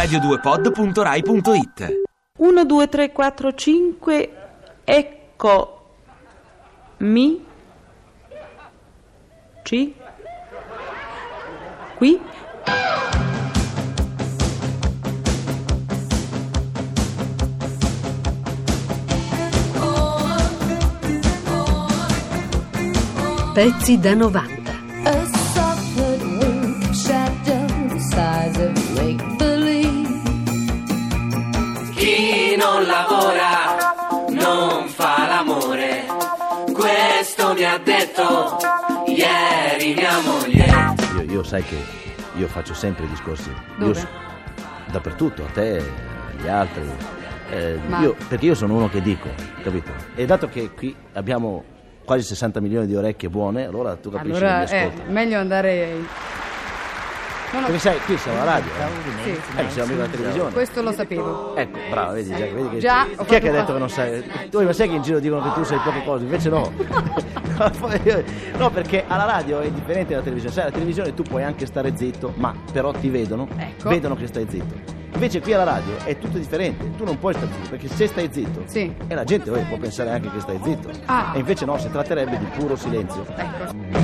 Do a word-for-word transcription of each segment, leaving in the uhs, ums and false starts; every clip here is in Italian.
radio due pod punto rai punto it. uno, due, tre, quattro, cinque, ecco mi ci qui Pezzi da novanta. Chi non lavora non fa l'amore, questo mi ha detto ieri mia moglie. Io, io sai che io faccio sempre discorsi. Dove? Io, dappertutto, a te, agli altri. Eh, Ma- io, perché io sono uno che dico, capito? E dato che qui abbiamo quasi sessanta milioni di orecchie buone, allora tu capisci Allora che mi è ascolti. meglio andare. No, no, Perché sai, qui siamo alla radio, eh? sì, Eh, siamo mica alla televisione. questo lo sapevo. Ecco, bravo, vedi, già, vedi che... Già, ho chi è fatto che ha detto fatto- che non sai? Tu ma sai che in giro dicono che tu sai poche cose, invece no. No, perché alla radio è differente dalla televisione. Sai, alla televisione tu puoi anche stare zitto, ma però ti vedono, Ecco. vedono che stai zitto. Invece qui alla radio è tutto differente, tu non puoi stare zitto, perché se stai zitto, Sì. e la gente oh, può pensare anche che stai zitto. Ah. E invece no, si tratterebbe di puro silenzio. Ecco.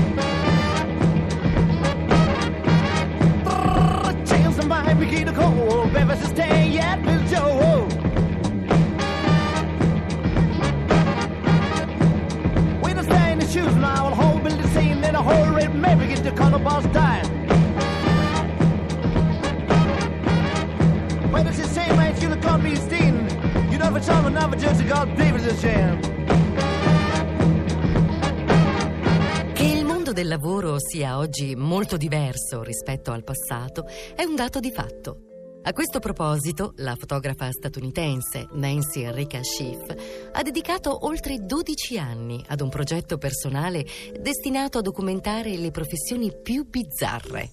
Che il mondo del lavoro sia oggi molto diverso rispetto al passato è un dato di fatto. A questo proposito, la fotografa statunitense Nancy Enrica Schiff ha dedicato oltre dodici anni ad un progetto personale destinato a documentare le professioni più bizzarre.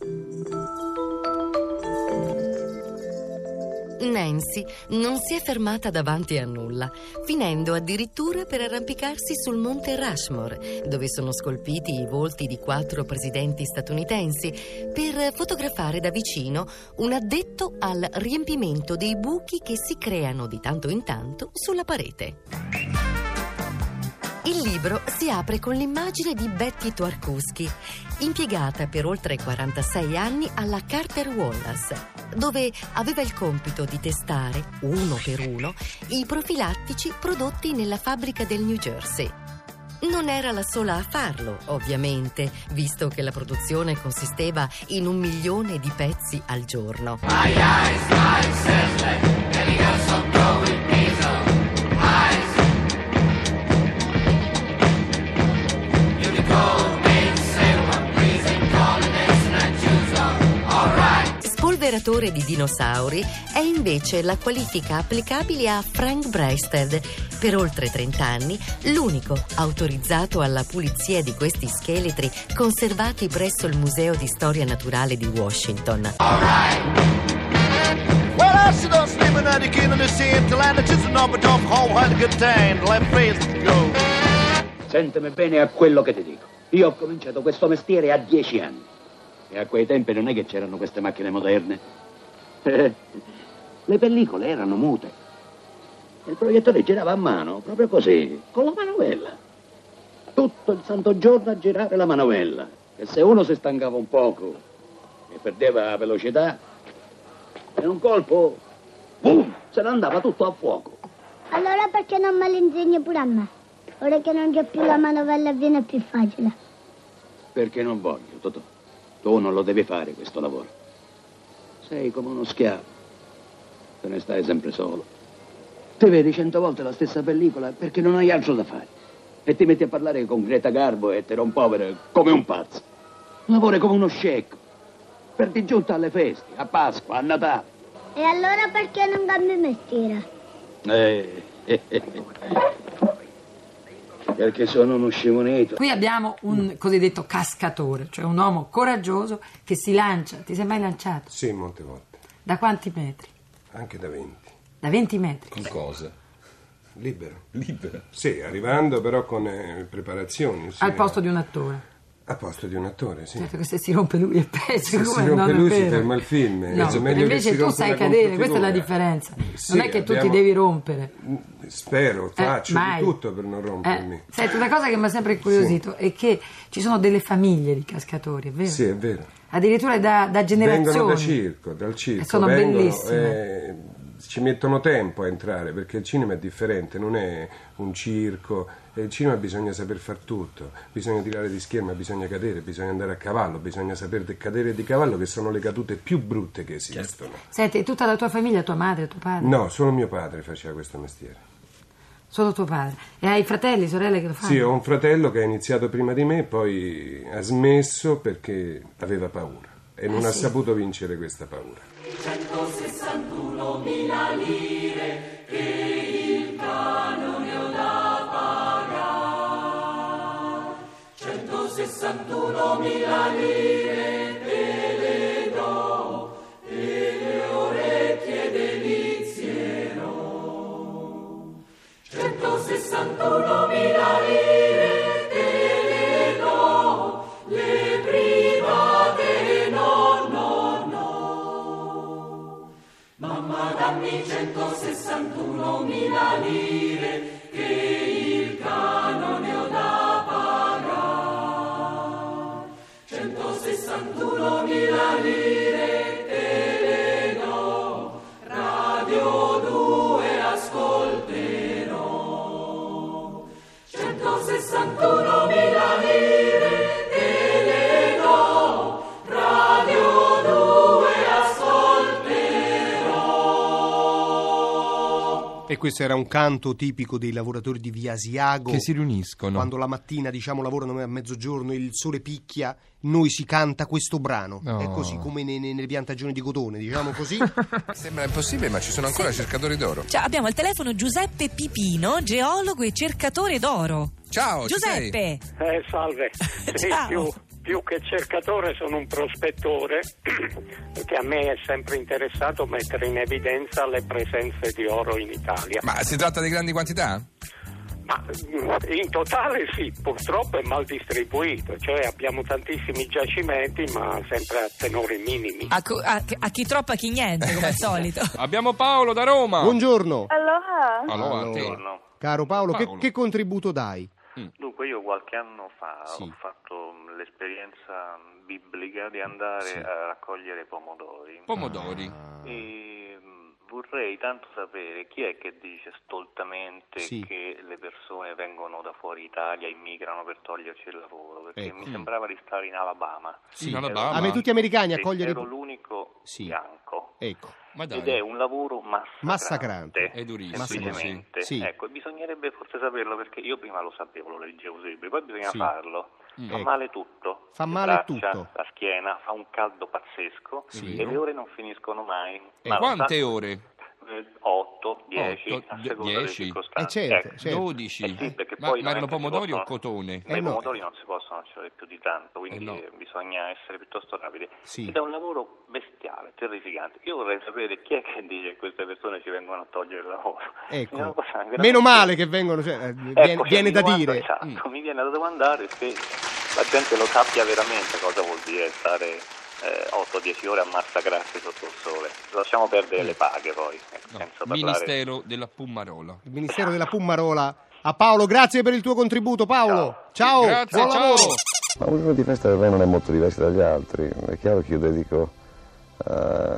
Nancy non si è fermata davanti a nulla, finendo addirittura per arrampicarsi sul monte Rushmore, dove sono scolpiti i volti di quattro presidenti statunitensi, per fotografare da vicino un addetto al riempimento dei buchi che si creano di tanto in tanto sulla parete. Il libro si apre con l'immagine di Betty Twarkowski, impiegata per oltre quarantasei anni alla Carter Wallace, dove aveva il compito di testare, uno per uno, i profilattici prodotti nella fabbrica del New Jersey. Non era la sola a farlo, ovviamente, visto che la produzione consisteva in un milione di pezzi al giorno. Spolveratore di dinosauri è invece la qualifica applicabile a Frank Breisted, per oltre trenta anni l'unico autorizzato alla pulizia di questi scheletri conservati presso il Museo di Storia Naturale di Washington. Sentimi bene a quello che ti dico. Io ho cominciato questo mestiere a dieci anni. E a quei tempi non è che c'erano queste macchine moderne. Le pellicole erano mute. Il proiettore girava a mano, proprio così, con la manovella. Tutto il santo giorno a girare la manovella. E se uno si stancava un poco e perdeva la velocità, in un colpo, boom, se ne andava tutto a fuoco. Allora perché non me lo insegni pure a me? Ora che non c'è più la manovella viene più facile. Perché non voglio, Totò. Tu non lo devi fare questo lavoro. Sei come uno schiavo. Te ne stai sempre solo. Ti vedi cento volte la stessa pellicola perché non hai altro da fare. E ti metti a parlare con Greta Garbo e te rompovere come un pazzo. Lavori come uno scecco. Perdi giunta alle feste, a Pasqua, a Natale. E allora perché non cambi mestiere? Eh, eh, eh, perché sono uno scimonito. Qui abbiamo un cosiddetto cascatore, cioè un uomo coraggioso che si lancia. Ti sei mai lanciato? Sì, molte volte. Da quanti metri? Anche da venti. Da venti metri. Con cosa? Libero. Libera? Sì, arrivando però con eh, preparazioni. Sì. Al posto di un attore. A posto di un attore, sì. Certo che se si rompe lui è peggio. Se come si rompe non è lui si vero. ferma il film. No, è meglio invece che si tu rompe sai una cadere, questa è la confettura. differenza. Sì, non è che tu abbiamo- ti devi rompere. Spero, faccio mai. di tutto per non rompermi. Eh, senti, una cosa che mi ha sempre incuriosito è che ci sono delle famiglie di cascatori, è vero? Sì, è vero. Addirittura da, da generazioni. Vengono da circo, dal circo. E sono vengono, bellissime. eh, ci mettono tempo a entrare perché il cinema è differente, non è un circo. Il cinema bisogna saper far tutto, bisogna tirare di scherma, bisogna cadere, bisogna andare a cavallo, bisogna saper de- cadere di cavallo, che sono le cadute più brutte che esistono. Senti, tutta la tua famiglia, tua madre, tuo padre? No, solo mio padre faceva questo mestiere. Solo tuo padre. E hai fratelli, sorelle che lo fanno? Sì, ho un fratello che ha iniziato prima di me, poi ha smesso perché aveva paura e non Ah, ha sì? saputo vincere questa paura. centosessantunomila lire che il canone ho da pagare. centosessantunomila lire te le do e le orecchie delizierò. centosessantunomila lire te le do, le private no, no, no. Mamma dammi centosessantunomila lire che il canone ho da pagare. centosessantunomila lire te le do, Radio due ascolterò. centosessantunomila lire te le do, Radio due ascolterò. E questo era un canto tipico dei lavoratori di Via Asiago. Che si riuniscono. Quando la mattina, diciamo, lavorano a mezzogiorno, il sole picchia, noi si canta questo brano. No. È così come ne- ne- nelle piantagioni di cotone, diciamo così. Sembra impossibile, ma ci sono ancora cercatori d'oro. Cioè, abbiamo al telefono Giuseppe Pipino, geologo e cercatore d'oro. Ciao, ci sei? Giuseppe! Eh, salve. Sì, Ciao. più, più che cercatore sono un prospettore, perché a me è sempre interessato mettere in evidenza le presenze di oro in Italia. Ma si tratta di grandi quantità? Ma in totale sì, purtroppo è mal distribuito, cioè abbiamo tantissimi giacimenti ma sempre a tenori minimi. A, co- a- a chi troppo a chi niente, come al solito. Abbiamo Paolo da Roma. Buongiorno. Allora? Allora, te. Buongiorno. Caro Paolo, Paolo. Che, che contributo dai? Dunque io qualche anno fa Sì. ho fatto l'esperienza biblica di andare Sì. a raccogliere pomodori. Pomodori. E mh, vorrei tanto sapere chi è che dice stoltamente Sì. che le persone vengono da fuori Italia, immigrano per toglierci il lavoro, perché Ecco. mi sembrava di stare in Alabama. Sì. In Alabama? A me tutti americani a E cogliere... ero l'unico Sì. bianco. Ecco. Ma dai. Ed è un lavoro massacrante. Massacrante. È durissimo, semplicemente. sì. Sì. Ecco, bisognerebbe forse saperlo perché io prima lo sapevo, lo leggevo sui libri, poi bisogna Sì. farlo. Mm. Fa Ecco. male tutto. Fa Le male braccia, tutto. La schiena, fa un caldo pazzesco Sì. e le ore non finiscono mai. E Ma lo quante sa- ore? eh, otto, dieci, Otto, a die- seconda delle dieci? circostanze. Eh, certo, Ecco. certo. dodici. Eh sì, perché ma poi ma non è erano che si pomodori o possono- cotone? Ma Eh i no. pomodori non si possono accendere più di tanto, quindi Eh no. eh, bisogna essere piuttosto rapidi. Sì. Ed è un lavoro bestiale, terrificante. Io vorrei sapere chi è che dice che queste persone ci vengono a togliere il lavoro. È una Ecco. cosa veramente- Meno male che vengono... Cioè, eh, viene, Ecco, cioè, viene mi da domando- dire. Esatto, mi viene da domandare se la gente lo sappia veramente cosa vuol dire stare eh, otto dieci ore a massacrarsi sotto il sole. Lasciamo perdere le paghe poi, ecco, No. senza parlare. Ministero della Pummarola. Il Ministero della Pummarola. A Paolo, grazie per il tuo contributo, Paolo. Ciao, Grazie, buon ciao. lavoro. Ma un giorno di festa per me non è molto diverso dagli altri. È chiaro che io dedico eh,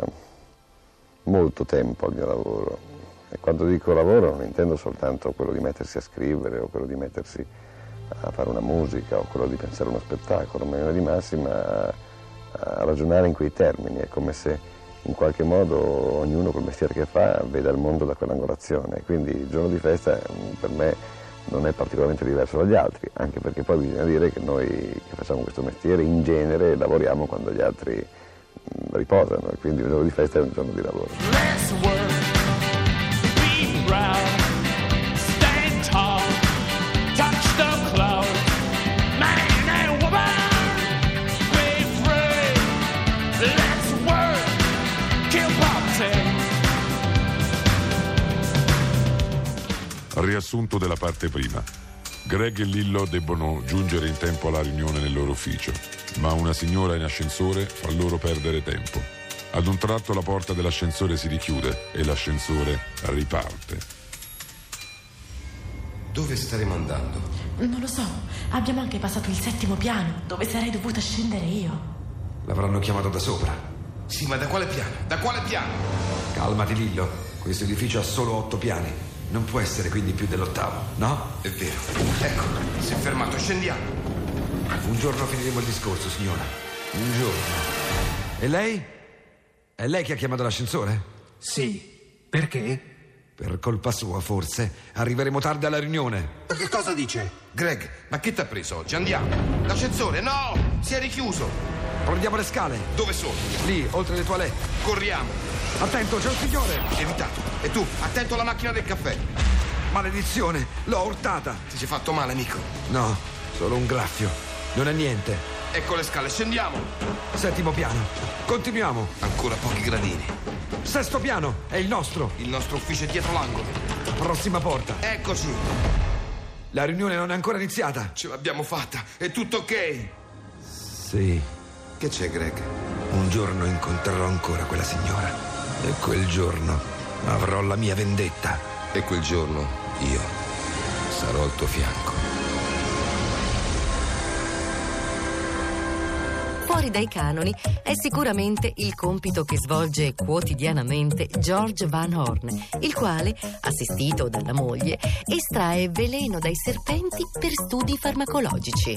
molto tempo al mio lavoro. E quando dico lavoro non intendo soltanto quello di mettersi a scrivere o quello di mettersi a fare una musica o quello di pensare a uno spettacolo, ma in linea di massima a, a ragionare in quei termini. È come se in qualche modo ognuno col mestiere che fa veda il mondo da quell'angolazione. Quindi il giorno di festa per me non è particolarmente diverso dagli altri, anche perché poi bisogna dire che noi che facciamo questo mestiere in genere lavoriamo quando gli altri mh, riposano, e quindi il giorno di festa è un giorno di lavoro. Let's work, be proud, stand tall, touch the clouds, man and woman, be free. Let's work, kill poverty. Riassunto della parte prima. Greg e Lillo debbono giungere in tempo alla riunione nel loro ufficio, ma una signora in ascensore fa loro perdere tempo. Ad un tratto la porta dell'ascensore si richiude e l'ascensore riparte. Dove staremo andando? Non lo so, abbiamo anche passato il settimo piano, dove sarei dovuta scendere io. L'avranno chiamato da sopra. Sì, ma da quale piano? Da quale piano? Calmati, Lillo. Questo edificio ha solo otto piani. Non può essere quindi più dell'ottavo, no? È vero. Ecco, si è fermato, scendiamo. Un giorno finiremo il discorso, signora. Un giorno. E lei? È lei che ha chiamato l'ascensore? Sì. Perché? Per colpa sua, forse. Arriveremo tardi alla riunione. Ma che cosa dice? Greg, ma che t'ha preso oggi? Andiamo. L'ascensore, no! Si è richiuso. Prendiamo le scale. Dove sono? Lì, oltre le toilette. Corriamo. Attento, c'è un signore. Evitato. E tu, attento alla macchina del caffè. Maledizione, l'ho urtata. Ti sei fatto male, amico? No, solo un graffio. Non è niente. Ecco le scale, scendiamo. Settimo piano. Continuiamo. Ancora pochi gradini. Sesto piano, è il nostro. Il nostro ufficio è dietro l'angolo. Prossima porta. Eccoci. La riunione non è ancora iniziata. Ce l'abbiamo fatta, è tutto ok. Sì. Che c'è, Greg? Un giorno incontrerò ancora quella signora. E quel giorno avrò la mia vendetta. E quel giorno io sarò al tuo fianco. Fuori dai canoni è sicuramente il compito che svolge quotidianamente George Van Horn, il quale, assistito dalla moglie, estrae veleno dai serpenti per studi farmacologici.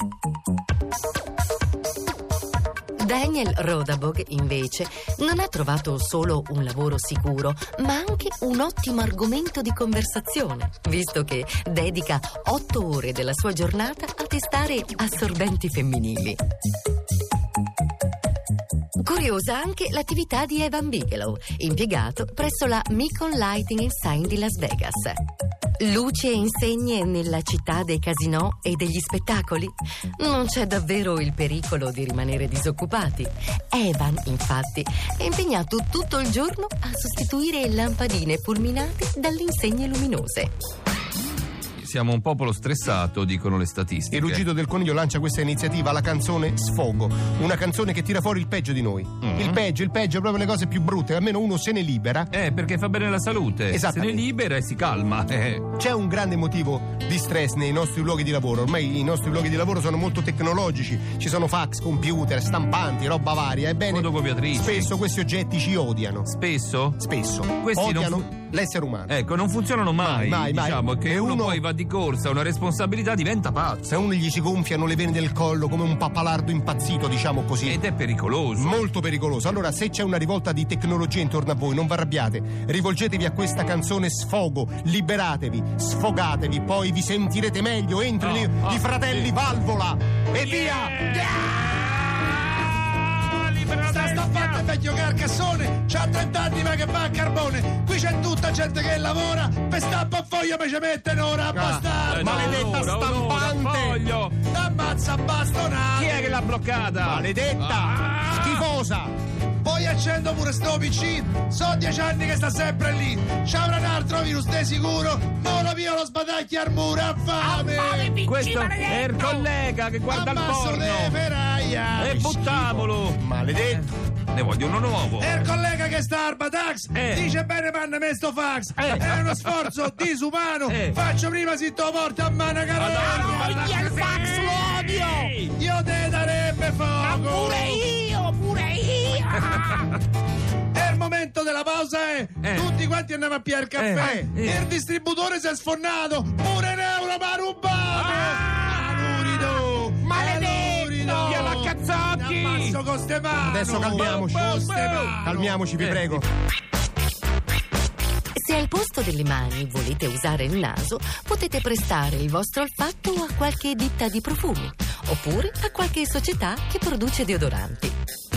Daniel Rodabog, invece, non ha trovato solo un lavoro sicuro, ma anche un ottimo argomento di conversazione, visto che dedica otto ore della sua giornata a testare assorbenti femminili. Curiosa anche l'attività di Evan Bigelow, impiegato presso la Micon Lighting and Sign di Las Vegas. Luci e insegne nella città dei casinò e degli spettacoli? Non c'è davvero il pericolo di rimanere disoccupati. Evan, infatti, è impegnato tutto il giorno a sostituire lampadine fulminate dalle insegne luminose. Siamo un popolo stressato, dicono le statistiche. E Ruggito del Coniglio lancia questa iniziativa, la canzone Sfogo. Una canzone che tira fuori il peggio di noi. Mm-hmm. Il peggio, il peggio, proprio le cose più brutte. Almeno uno se ne libera. Eh, perché fa bene la salute. Se ne libera e si calma. Eh. C'è un grande motivo di stress nei nostri luoghi di lavoro. Ormai i nostri luoghi di lavoro sono molto tecnologici. Ci sono fax, computer, stampanti, roba varia. Ebbene, fotocopiatrici. Spesso questi oggetti ci odiano. Spesso? Spesso. Questi odiano non fu- l'essere umano. Ecco, non funzionano mai. Mai, mai, diciamo mai. che E uno, uno poi va di corsa, una responsabilità, diventa pazzo. Se a uno gli si gonfiano le vene del collo come un pappalardo impazzito, diciamo così. Ed è pericoloso. Molto pericoloso. Allora, se c'è una rivolta di tecnologia intorno a voi, non vi arrabbiate. Rivolgetevi a questa canzone Sfogo. Liberatevi, sfogatevi, poi vi sentirete meglio. Entri lì, oh, i fratelli sì. Valvola. E yeah. via! Yeah! Sta staffato il vecchio Carcassone, c'ha trenta anni ma che va a carbone. Qui c'è tutta gente che lavora, per stampa a foglia mi ci mette un'ora a bastardo. Ah, maledetta un'ora, stampante. Un'ora, t'ammazza bastonata. Chi è che l'ha bloccata? Maledetta, ah. schifosa. Poi accendo pure sto P C, so dieci anni che sta sempre lì. C'avrà un altro virus di sicuro, non lo mio lo sbatacchia al muro, affame. Affame, questo è il collega che guarda Ammasso il porno. de ferraia. E buttamolo. Maledetto. Ne voglio uno nuovo. E il collega che sta al Batax eh. dice bene manna me sto fax. Eh. È uno sforzo disumano. Eh. Faccio prima si to porta a mano carone. Io il fax lo odio. Io te darebbe fuoco. Ma pure io, pure io. È il momento della pausa, eh. eh. Tutti quanti andiamo a piare il caffè. Eh. Eh. Il distributore si è sfonnato. Pure un euro ma rubato. Ah. Alurido. Maledetto. Via la Cazzacchi. Ammazzo con ste mani. Adesso calmiamoci. Bo, bo, bo. Calmiamoci, vi eh. prego. Se al posto delle mani volete usare il naso, potete prestare il vostro olfatto a qualche ditta di profumi, oppure a qualche società che produce deodoranti.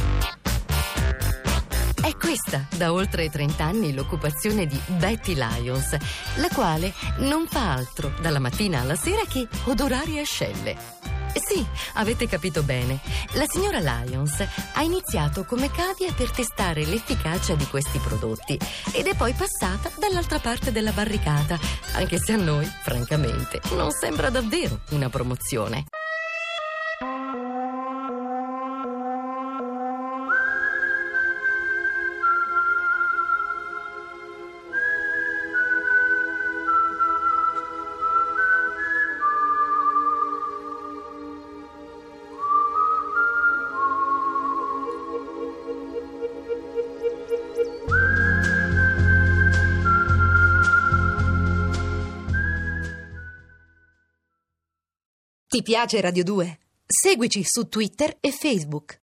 È questa, da oltre trenta anni, l'occupazione di Betty Lyons, la quale non fa altro dalla mattina alla sera che odorare ascelle. Sì, avete capito bene. La signora Lyons ha iniziato come cavia per testare l'efficacia di questi prodotti ed è poi passata dall'altra parte della barricata, anche se a noi, francamente, non sembra davvero una promozione. Ti piace Radio due? Seguici su Twitter e Facebook.